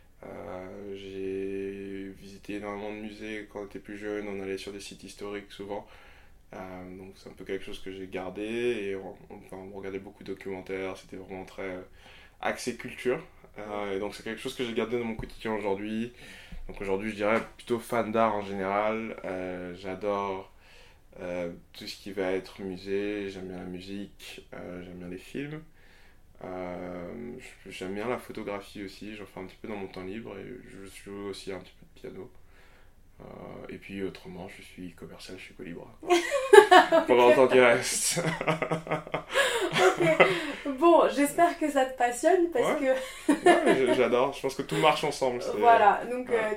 j'ai visité énormément de musées quand j'étais plus jeune, on allait sur des sites historiques souvent, donc c'est un peu quelque chose que j'ai gardé et on regardait beaucoup de documentaires, c'était vraiment très axé culture. Et donc c'est quelque chose que j'ai gardé dans mon quotidien aujourd'hui. Donc aujourd'hui je dirais plutôt fan d'art en général. J'adore tout ce qui va être musée, j'aime bien la musique, j'aime bien les films. J'aime bien la photographie aussi, j'en fais un petit peu dans mon temps libre et je joue aussi un petit peu de piano. Et puis autrement, je suis commercial chez Colibra. Pour longtemps qu'il reste. Ok. Bon, j'espère que ça te passionne parce que... Ouais, j'adore, je pense que tout marche ensemble. Voilà, donc ouais.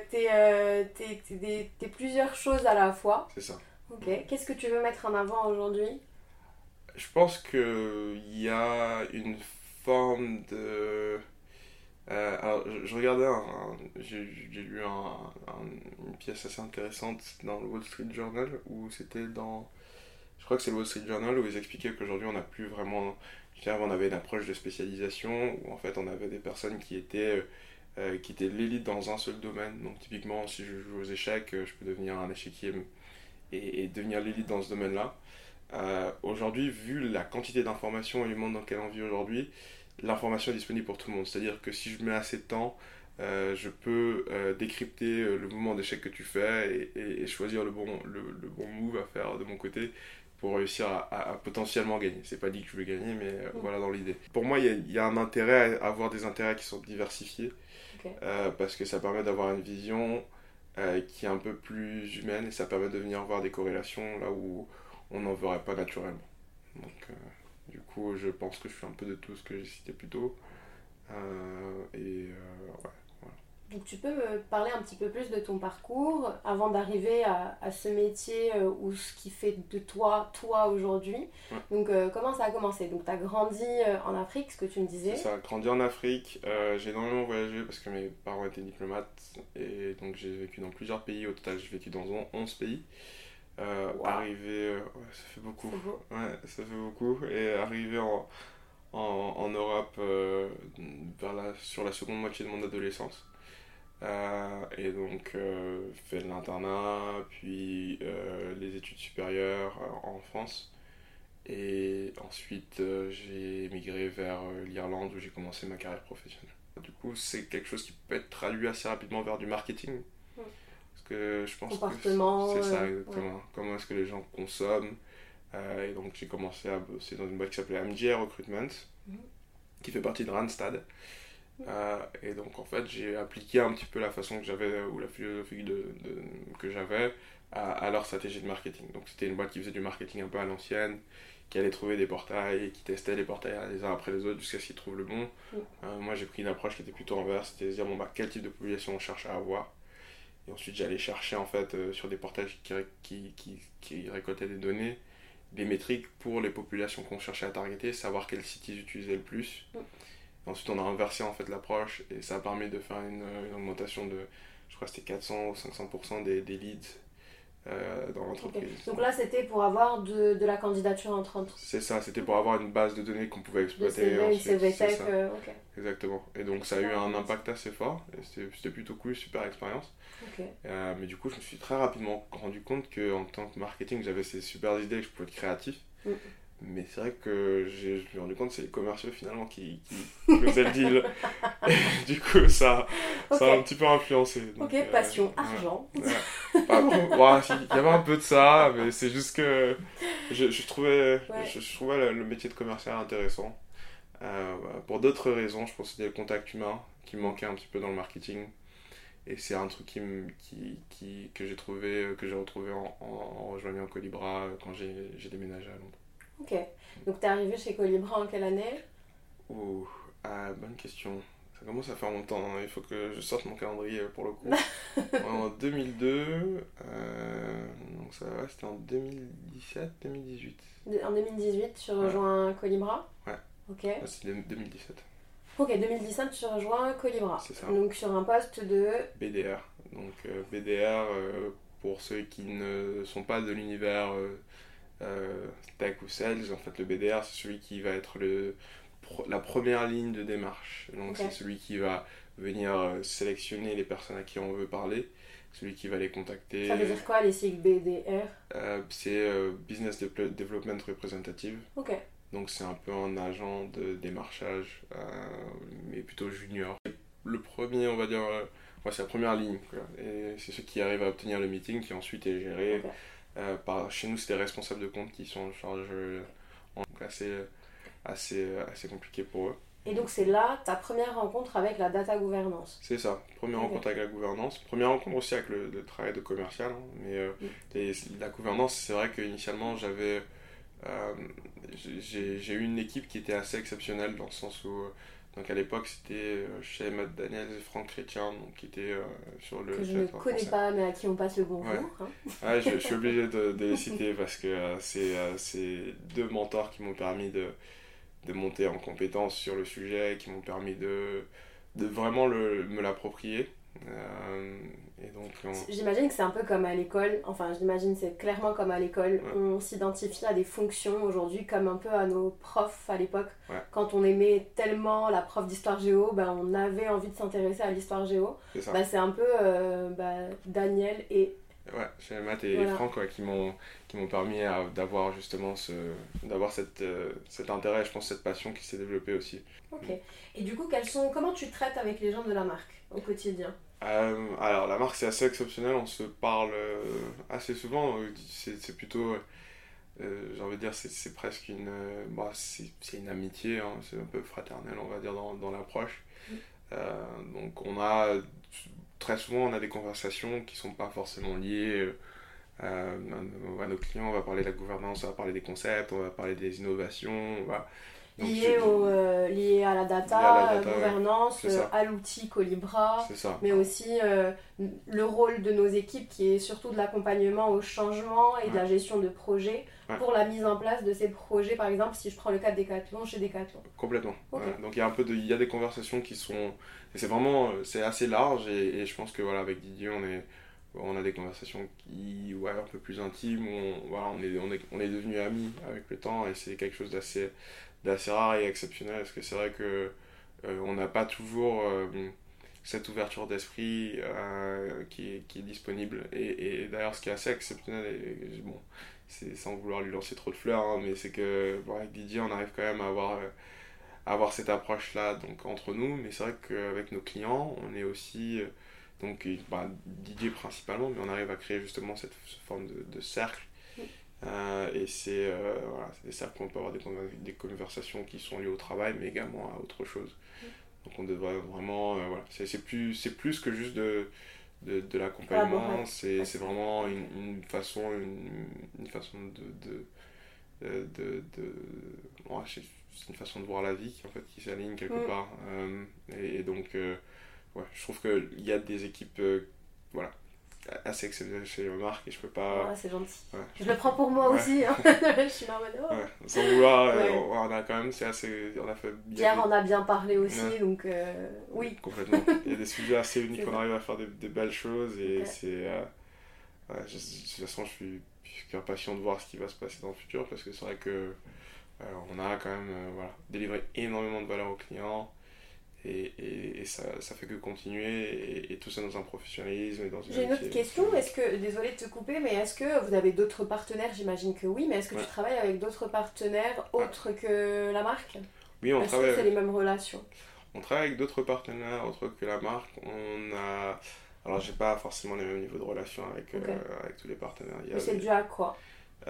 t'es plusieurs choses à la fois. C'est ça. Ok, qu'est-ce que tu veux mettre en avant aujourd'hui? Je pense qu'il y a une forme de... alors, je regardais, j'ai lu une pièce assez intéressante dans le Wall Street Journal, où c'était dans... Je crois que c'est le Wall Street Journal, où ils expliquaient qu'aujourd'hui on n'a plus vraiment... Je dirais, on avait une approche de spécialisation, où en fait on avait des personnes qui étaient l'élite dans un seul domaine. Donc typiquement, si je joue aux échecs, je peux devenir un échiquier et devenir l'élite dans ce domaine-là. Aujourd'hui, vu la quantité d'informations et le monde dans lequel on vit aujourd'hui, l'information est disponible pour tout le monde. C'est-à-dire que si je mets assez de temps, je peux décrypter le mouvement d'échec que tu fais et choisir le bon move à faire de mon côté pour réussir à potentiellement gagner. C'est pas dit que je vais gagner, mais voilà dans l'idée. Pour moi, il y a un intérêt à avoir des intérêts qui sont diversifiés, Ok. parce que ça permet d'avoir une vision qui est un peu plus humaine et ça permet de venir voir des corrélations là où on n'en verrait pas naturellement. Donc, du coup, je pense que je suis un peu de tout ce que j'ai cité plus tôt. Ouais, voilà. Donc tu peux me parler un petit peu plus de ton parcours avant d'arriver à ce métier ou ce qui fait de toi aujourd'hui. Ouais. Donc comment ça a commencé? Donc tu as grandi en Afrique, ce que tu me disais. C'est ça, grandi en Afrique. J'ai énormément voyagé parce que mes parents étaient diplomates et donc j'ai vécu dans plusieurs pays. Au total, j'ai vécu dans 11 pays. Wow. Arrivé, ouais, ça fait beaucoup. C'est beau. Ouais, ça fait beaucoup. Et arrivé en Europe sur la seconde moitié de mon adolescence. Et donc fait de l'internat, puis les études supérieures en France. Et ensuite j'ai émigré vers l'Irlande où j'ai commencé ma carrière professionnelle. Du coup, c'est quelque chose qui peut être traduit assez rapidement vers du marketing. Parce que je pense Comportement, que c'est ça exactement. ouais. Comment est-ce que les gens consomment. Et donc j'ai commencé à bosser dans une boîte qui s'appelait MGR Recruitment, qui fait partie de Randstad. Et donc en fait j'ai appliqué un petit peu la façon que j'avais ou la philosophie que j'avais à leur stratégie de marketing. Donc c'était une boîte qui faisait du marketing un peu à l'ancienne, qui allait trouver des portails et qui testait les portails les uns après les autres jusqu'à ce qu'ils trouvent le bon. Moi j'ai pris une approche qui était plutôt inverse, c'était de dire bon bah quel type de population on cherche à avoir. Et ensuite j'allais chercher en fait sur des portails qui récoltaient des données, des métriques pour les populations qu'on cherchait à targeter, savoir quels sites ils utilisaient le plus. Ensuite, on a inversé en fait l'approche et ça a permis de faire une augmentation de, je crois que c'était 400 ou 500% des leads dans l'entreprise. Okay. Donc là, c'était pour avoir de la candidature entrante. C'est ça, c'était pour avoir une base de données qu'on pouvait exploiter. De CV, ensuite. une CV Tech, ok. Exactement. Et donc ça a eu un impact assez fort et c'était plutôt cool, super expérience. Okay. Mais du coup, je me suis très rapidement rendu compte qu'en tant que marketing, j'avais ces super idées, que je pouvais être créatif. Mais c'est vrai que je me suis rendu compte que c'est les commerciaux finalement qui faisaient le deal. Et du coup, ça a un petit peu influencé. Donc, ok, passion, argent. Ouais. Il y avait un peu de ça, mais c'est juste que je trouvais le métier de commercial intéressant. Pour d'autres raisons, je pense que c'était le contact humain qui me manquait un petit peu dans le marketing. Et c'est un truc que j'ai retrouvé en rejoignant Colibra quand j'ai déménagé à Londres. Ok, donc t'es arrivé chez Colibra en quelle année? Bonne question. Ça commence à faire longtemps, hein. Il faut que je sorte mon calendrier pour le coup. En 2002, donc ça va, c'était en 2017-2018. En 2018, tu rejoins Colibra? Ouais. Ok. C'est 2017. Ok, 2017, tu rejoins Colibra. C'est ça. Donc sur un poste de... BDR. Donc BDR, pour ceux qui ne sont pas de l'univers tech ou sales, en fait le BDR c'est celui qui va être la première ligne de démarche. Donc c'est celui qui va venir sélectionner les personnes à qui on veut parler, celui qui va les contacter. Ça veut dire quoi les sigles BDR? C'est Business Development Representative. Ok. Donc c'est un peu un agent de démarchage, mais plutôt junior. Le premier, on va dire, c'est la première ligne, quoi. Et c'est ceux qui arrivent à obtenir le meeting qui ensuite est géré. Chez nous, c'est les responsables de compte qui sont en charge, donc assez compliqué pour eux. Et donc c'est là ta première rencontre avec la data gouvernance. C'est ça, première rencontre avec la gouvernance, première rencontre aussi avec le travail de commercial, hein. Mais la gouvernance, c'est vrai qu'initialement j'ai eu une équipe qui était assez exceptionnelle dans le sens où donc à l'époque c'était chez Matt Daniels et Franck Chrétien, donc qui étaient sur le que je ne connais pas mais à qui on passe le bonjour. Ouais, je suis obligé de les citer parce que c'est deux mentors qui m'ont permis de monter en compétence sur le sujet, qui m'ont permis de vraiment me l'approprier. Et donc, J'imagine que c'est un peu comme à l'école, enfin j'imagine c'est clairement comme à l'école, on s'identifie à des fonctions aujourd'hui comme un peu à nos profs à l'époque. Quand on aimait tellement la prof d'histoire géo, on avait envie de s'intéresser à l'histoire géo. C'est un peu Daniel et... Ouais, chez Matt et Franck qui m'ont permis d'avoir justement d'avoir cet intérêt, je pense cette passion qui s'est développée aussi. Ok. Et du coup, comment tu traites avec les gens de la marque au quotidien? Alors la marque c'est assez exceptionnel, on se parle assez souvent, c'est plutôt, j'ai envie de dire, c'est presque c'est une amitié, hein, c'est un peu fraternel on va dire dans l'approche. Donc très souvent on a des conversations qui sont pas forcément liées à nos clients, on va parler de la gouvernance, on va parler des concepts, on va parler des innovations, lié à la data, gouvernance, à l'outil Colibra, mais aussi le rôle de nos équipes qui est surtout de l'accompagnement au changement et de la gestion de projets pour la mise en place de ces projets, par exemple si je prends le cas de Decathlon, chez Decathlon. Complètement. Donc il y a des conversations qui sont, c'est assez large et je pense que avec Didier on a des conversations un peu plus intimes, on est devenus amis avec le temps et c'est quelque chose d'assez rare et exceptionnel parce que c'est vrai que on n'a pas toujours cette ouverture d'esprit qui est disponible et d'ailleurs ce qui est assez exceptionnel c'est sans vouloir lui lancer trop de fleurs hein, mais c'est que avec Didier on arrive quand même à avoir cette approche là donc entre nous mais c'est vrai qu'avec nos clients on est aussi Didier principalement mais on arrive à créer justement cette forme de cercle. Et c'est des cercles où on peut avoir des conversations qui sont liées au travail mais également à autre chose. Donc on devrait vraiment c'est plus que juste de l'accompagnement, c'est vraiment une façon c'est une façon de voir la vie en fait qui s'aligne quelque part et donc je trouve qu'il y a des équipes assez exceptionnelles chez les marques et je peux pas... c'est gentil. Je le prends pour moi aussi. Hein. Je suis là en mode... Sans vouloir, on a quand même... on a fait Pierre en a bien parlé aussi, donc oui. Complètement. Il y a des sujets assez uniques, on arrive à faire des belles choses et c'est... de toute façon, je suis impatient de voir ce qui va se passer dans le futur parce que c'est vrai que on a quand même délivré énormément de valeur aux clients. Et ça fait que continuer et tout ça dans un professionnalisme et dans une... J'ai une autre question, désolée de te couper, mais est-ce que vous avez d'autres partenaires? J'imagine que oui, mais est-ce que tu travailles avec d'autres partenaires autres que la marque? Oui, on travaille. Est-ce que c'est les mêmes relations? On travaille avec d'autres partenaires autres que la marque. Alors j'ai pas forcément les mêmes niveaux de relation avec tous les partenaires. Mais c'est dû à quoi?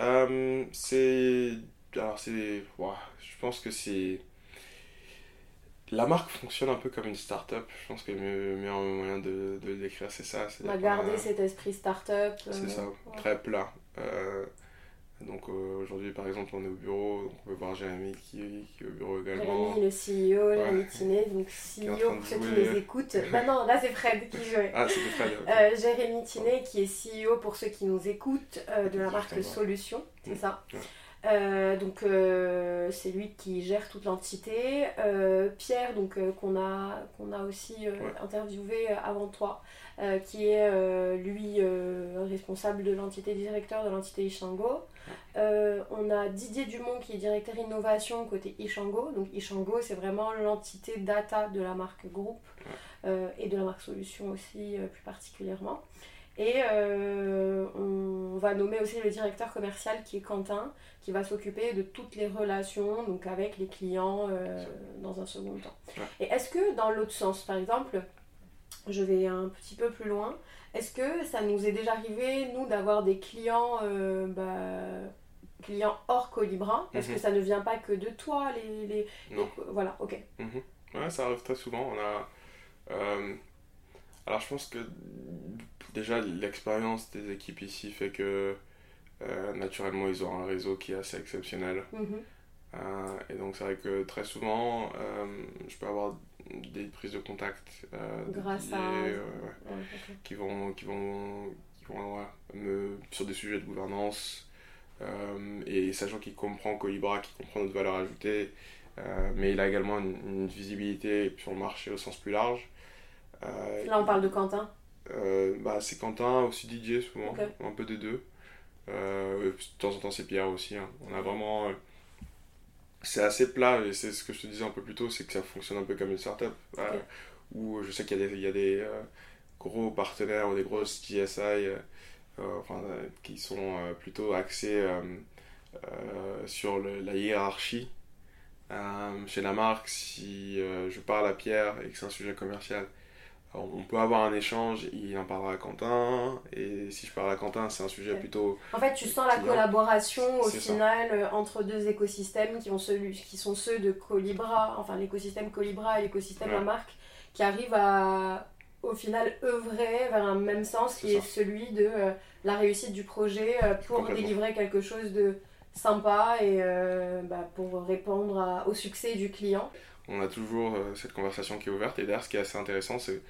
Je pense que c'est... La marque fonctionne un peu comme une start-up. Je pense que le meilleur moyen de le décrire, c'est ça. On a gardé cet esprit start-up. C'est ça, très plat. Donc aujourd'hui, par exemple, on est au bureau, donc on peut voir Jérémy qui est au bureau également. Jérémy, le CEO, Jérémy Tinet, donc CEO pour ceux qui nous écoutent. Non, là c'est Fred qui jouait. Ah, c'était Fred. Jérémy Tinet qui est CEO pour ceux qui nous écoutent de la marque Solution, c'est ça. Donc c'est lui qui gère toute l'entité. Pierre qu'on a aussi interviewé avant toi qui est lui responsable de l'entité, directeur de l'entité Ishango. On a Didier Dumont qui est directeur innovation côté Ishango. Donc Ishango c'est vraiment l'entité data de la marque groupe et de la marque Solution aussi plus particulièrement. Et on va nommer aussi le directeur commercial qui est Quentin, qui va s'occuper de toutes les relations donc avec les clients dans un second temps. Ouais. Et est-ce que dans l'autre sens, par exemple, je vais un petit peu plus loin, est-ce que ça nous est déjà arrivé, nous, d'avoir des clients, clients hors Colibra? Est-ce que ça ne vient pas que de toi, Non. Voilà, ok. Ouais, ça arrive très souvent. Alors je pense que déjà l'expérience des équipes ici fait que naturellement ils ont un réseau qui est assez exceptionnel. Et donc c'est vrai que très souvent je peux avoir des prises de contact Grâce à... okay. qui vont sur des sujets de gouvernance et sachant qu'il comprend Colibra, qu'il comprend notre valeur ajoutée, mais il a également une visibilité sur le marché au sens plus large. Là on parle de Quentin. C'est Quentin, aussi DJ souvent, okay. Un peu des deux. De temps en temps c'est Pierre aussi. Hein. On a vraiment... c'est assez plat et c'est ce que je te disais un peu plus tôt, c'est que ça fonctionne un peu comme une startup. Okay. Où je sais qu'il y a des gros partenaires ou des grosses GSI qui sont plutôt axés sur la hiérarchie. Chez la marque, si je parle à Pierre et que c'est un sujet commercial, alors on peut avoir un échange, il en parlera à Quentin, et si je parle à Quentin, c'est un sujet plutôt... En fait, tu sens la collaboration au final entre deux écosystèmes qui sont ceux de Colibra, enfin l'écosystème Colibra et l'écosystème la marque, qui arrivent à, au final, œuvrer vers un même sens qui est celui de la réussite du projet pour délivrer quelque chose de sympa et pour répondre au succès du client. On a toujours cette conversation qui est ouverte, et d'ailleurs ce qui est assez intéressant, c'est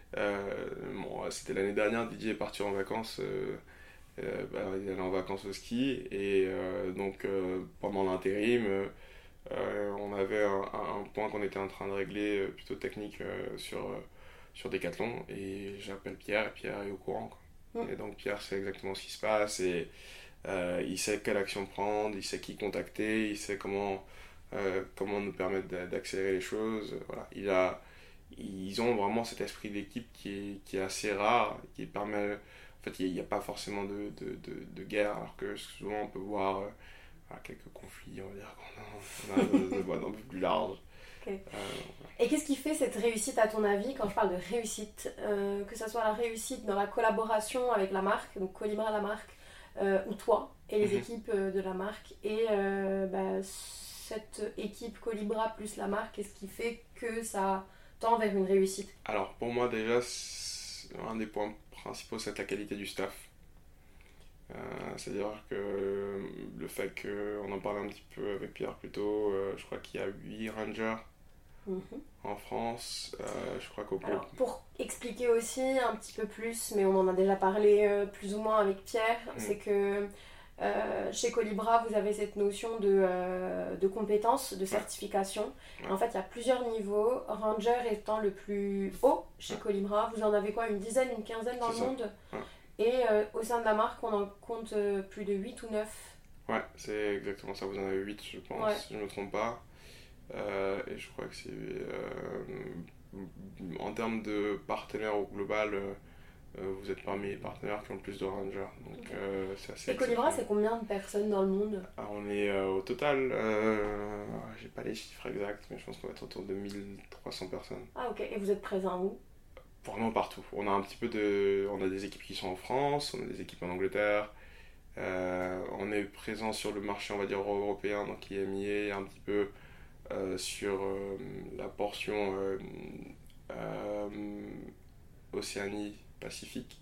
c'était l'année dernière, Didier est parti en vacances, il allait en vacances au ski, et donc pendant l'intérim, on avait un point qu'on était en train de régler plutôt technique sur Decathlon, et j'appelle Pierre, et Pierre est au courant, quoi. Et donc Pierre sait exactement ce qui se passe, et il sait quelle action prendre, il sait qui contacter, il sait comment nous permettre d'accélérer les choses. Voilà. Ils ont vraiment cet esprit d'équipe qui est assez rare, qui permet... En fait, il n'y a pas forcément de guerre, alors que souvent on peut voir quelques conflits, on va dire, qu'on a de voix un peu plus large. Okay. Et qu'est-ce qui fait cette réussite à ton avis, quand je parle de réussite, que ce soit la réussite dans la collaboration avec la marque, donc Colibra la marque, ou toi et les équipes de la marque, et cette équipe Colibra plus la marque, qu'est-ce qui fait que ça tend vers une réussite? Alors pour moi déjà, un des points principaux, c'est la qualité du staff. C'est-à-dire que le fait qu'on en parlait un petit peu avec Pierre plus tôt, je crois qu'il y a 8 rangers en France. Je crois Alors, pour expliquer aussi un petit peu plus, mais on en a déjà parlé plus ou moins avec Pierre, c'est que chez Colibra, vous avez cette notion de compétence, de certification. En fait, il y a plusieurs niveaux. Ranger étant le plus haut chez Colibra. Vous en avez quoi, une dizaine, une quinzaine dans le monde? Et au sein de la marque, on en compte plus de 8 ou 9. Ouais, c'est exactement ça. Vous en avez 8, je pense, si je ne me trompe pas. Et je crois que c'est... en termes de partenaires au global... vous êtes parmi les partenaires qui ont le plus de rangers, donc c'est assez... Et Colibra, c'est combien de personnes dans le monde? Alors, on est au total, j'ai pas les chiffres exacts, mais je pense qu'on va être autour de 1300 personnes. Ah ok, et vous êtes présents où? Vraiment partout. On a on a des équipes qui sont en France, on a des équipes en Angleterre, on est présent sur le marché, on va dire, européen, donc IMIA, un petit peu sur la portion Océanie, Pacifique.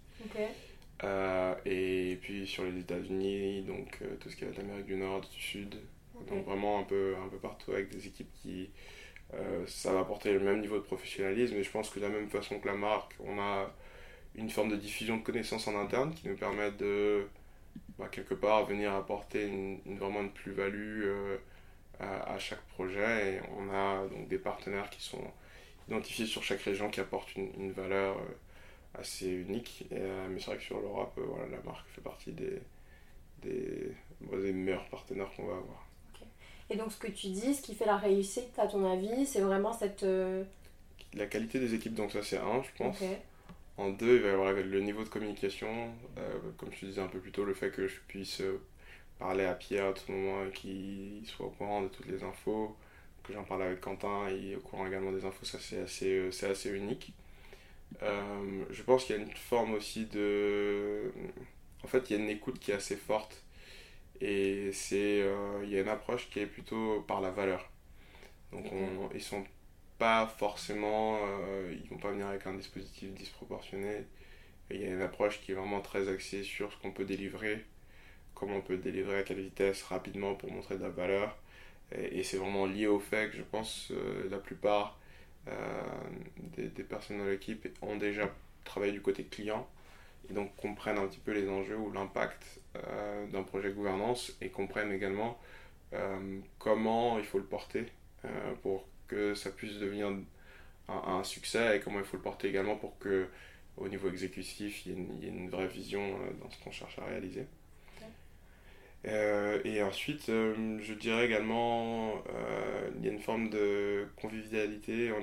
Et puis sur les États-Unis, donc tout ce qui est l'Amérique du Nord, du Sud, donc vraiment un peu partout avec des équipes qui ça va apporter le même niveau de professionnalisme. Et je pense que de la même façon que la marque, on a une forme de diffusion de connaissances en interne qui nous permet de quelque part venir apporter vraiment une plus-value à chaque projet. Et on a donc des partenaires qui sont identifiés sur chaque région qui apportent une valeur assez unique, mais c'est vrai que sur l'Europe, la marque fait partie des meilleurs partenaires qu'on va avoir. Et donc ce que tu dis, ce qui fait la réussite à ton avis, c'est vraiment cette... La qualité des équipes, donc ça c'est un, je pense. En 2, il va y avoir le niveau de communication, comme je te disais un peu plus tôt, le fait que je puisse parler à Pierre à tout moment et qu'il soit au courant de toutes les infos, que j'en parle avec Quentin, il est au courant également des infos, ça c'est assez unique. Je pense qu'il y a une forme aussi de... En fait, il y a une écoute qui est assez forte et il y a une approche qui est plutôt par la valeur. Donc ils sont pas forcément, ils vont pas venir avec un dispositif disproportionné. Et il y a une approche qui est vraiment très axée sur ce qu'on peut délivrer, comment on peut le délivrer, à quelle vitesse, rapidement pour montrer de la valeur. Et c'est vraiment lié au fait que je pense la plupart des personnes dans l'équipe ont déjà travaillé du côté client et donc comprennent un petit peu les enjeux ou l'impact d'un projet de gouvernance et comprennent également comment il faut le porter pour que ça puisse devenir un succès et comment il faut le porter également pour que au niveau exécutif il y ait une vraie vision dans ce qu'on cherche à réaliser. Et ensuite, je dirais également, il y a une forme de convivialité.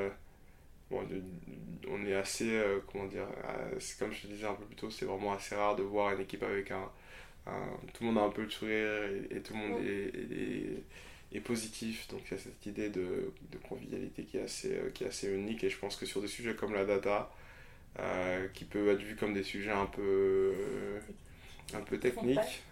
On est assez, comment dire, c'est comme je te disais un peu plus tôt, c'est vraiment assez rare de voir une équipe avec tout le monde a un peu le sourire et tout le monde est positif. Donc il y a cette idée de convivialité qui est assez unique. Et je pense que sur des sujets comme la data, qui peuvent être vus comme des sujets un peu techniques,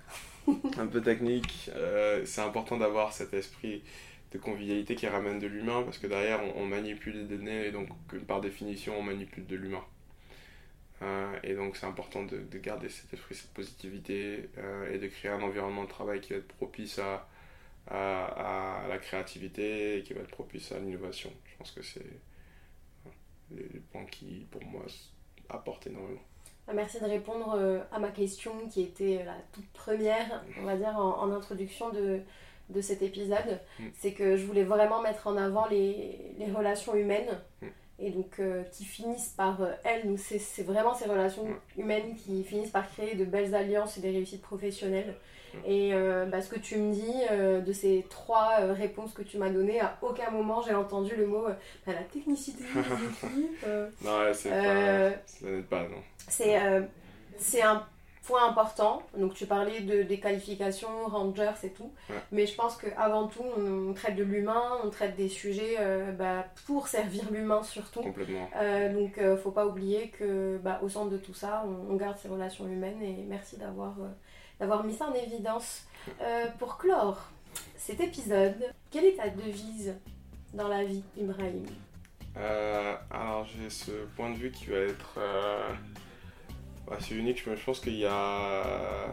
c'est important d'avoir cet esprit de convivialité qui ramène de l'humain parce que derrière on manipule des données et donc par définition on manipule de l'humain. Et donc c'est important de garder cet esprit, cette positivité et de créer un environnement de travail qui va être propice à la créativité et qui va être propice à l'innovation. Je pense que c'est les points qui pour moi apportent énormément. Merci de répondre à ma question qui était la toute première, on va dire, en introduction de cet épisode. C'est que je voulais vraiment mettre en avant les relations humaines et donc qui finissent par elles, nous c'est vraiment ces relations humaines qui finissent par créer de belles alliances et des réussites professionnelles. Et ce que tu me dis de ces 3 réponses que tu m'as données, à aucun moment j'ai entendu le mot la technicité des équipes. Non, ça n'aide pas, non. C'est un point important. Donc tu parlais des qualifications, rangers et tout. Mais je pense qu'avant tout, on traite de l'humain, on traite des sujets pour servir l'humain surtout. Complètement. Donc faut pas oublier que au centre de tout ça, on garde ces relations humaines. Et merci d'avoir mis ça en évidence. Pour clore cet épisode, quelle est ta devise dans la vie, Ibrahim ? Alors j'ai ce point de vue qui va être assez unique. Je pense qu'il y a...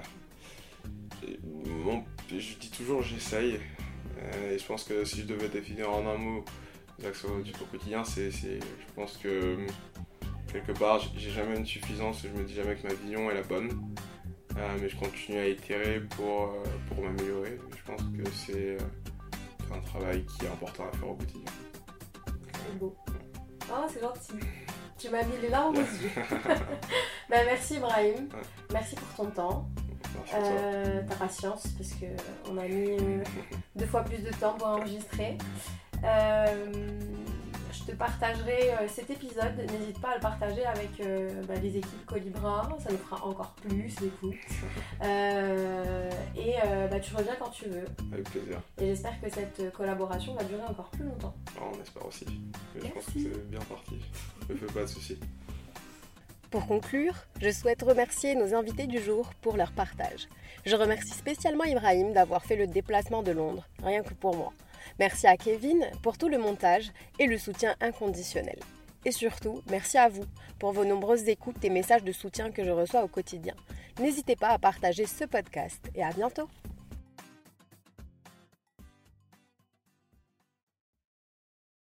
je dis toujours j'essaye. Et je pense que si je devais définir en un mot les axes au quotidien, je pense que quelque part j'ai jamais une suffisance, je me dis jamais que ma vision est la bonne. Mais je continue à itérer pour m'améliorer. Je pense que c'est un travail qui est important à faire au quotidien. C'est beau. Oh, c'est gentil. Tu m'as mis les larmes aux yeux. Merci Ibrahim. Merci pour ton temps. Ta patience, parce qu'on a mis 2 fois plus de temps pour enregistrer. Je te partagerai cet épisode. N'hésite pas à le partager avec les équipes Colibra. Ça nous fera encore plus d'écoute. Tu reviens quand tu veux. Avec plaisir. Et j'espère que cette collaboration va durer encore plus longtemps. On espère aussi. Mais je pense que c'est bien parti. Ne fais pas de soucis. Pour conclure, je souhaite remercier nos invités du jour pour leur partage. Je remercie spécialement Ibrahim d'avoir fait le déplacement de Londres, rien que pour moi. Merci à Kevin pour tout le montage et le soutien inconditionnel. Et surtout, merci à vous pour vos nombreuses écoutes et messages de soutien que je reçois au quotidien. N'hésitez pas à partager ce podcast et à bientôt.